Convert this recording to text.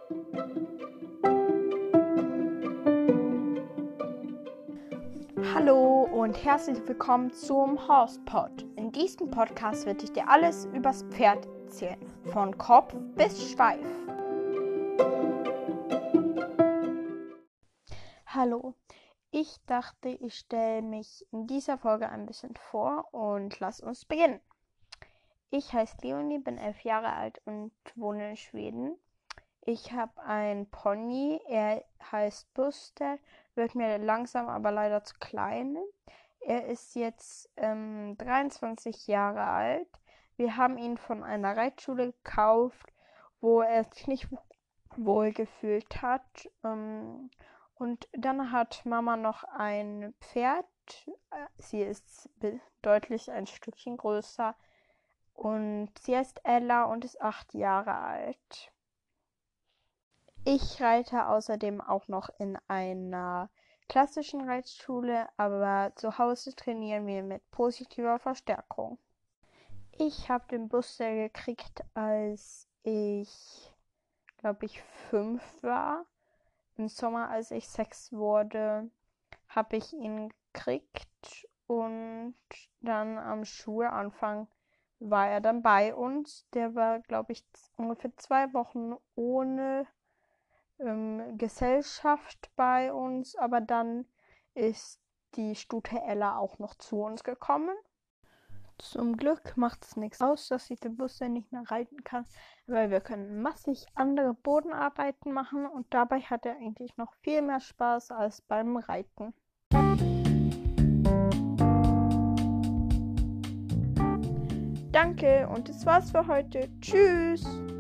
Hallo und herzlich willkommen zum Horsepod. In diesem Podcast werde ich dir alles übers Pferd erzählen, von Kopf bis Schweif. Hallo, ich dachte, ich stelle mich in dieser Folge ein bisschen vor und lass uns beginnen. Ich heiße Leonie, bin 11 Jahre alt und wohne in Schweden. Ich habe einen Pony, er heißt Buster, wird mir langsam aber leider zu klein. Er ist jetzt 23 Jahre alt. Wir haben ihn von einer Reitschule gekauft, wo er sich nicht wohl gefühlt hat. Und dann hat Mama noch ein Pferd. Sie ist deutlich ein Stückchen größer. Und sie heißt Ella und ist 8 Jahre alt. Ich reite außerdem auch noch in einer klassischen Reitschule, aber zu Hause trainieren wir mit positiver Verstärkung. Ich habe den Buster gekriegt, als ich, glaube ich, 5 war. Im Sommer, als ich 6 wurde, habe ich ihn gekriegt und dann am Schulanfang war er dann bei uns. Der war, glaube ich, ungefähr 2 Wochen ohne Gesellschaft bei uns, aber dann ist die Stute Ella auch noch zu uns gekommen. Zum Glück macht es nichts aus, dass ich den Buster nicht mehr reiten kann, weil wir können massig andere Bodenarbeiten machen und dabei hat er eigentlich noch viel mehr Spaß als beim Reiten. Danke und das war's für heute. Tschüss!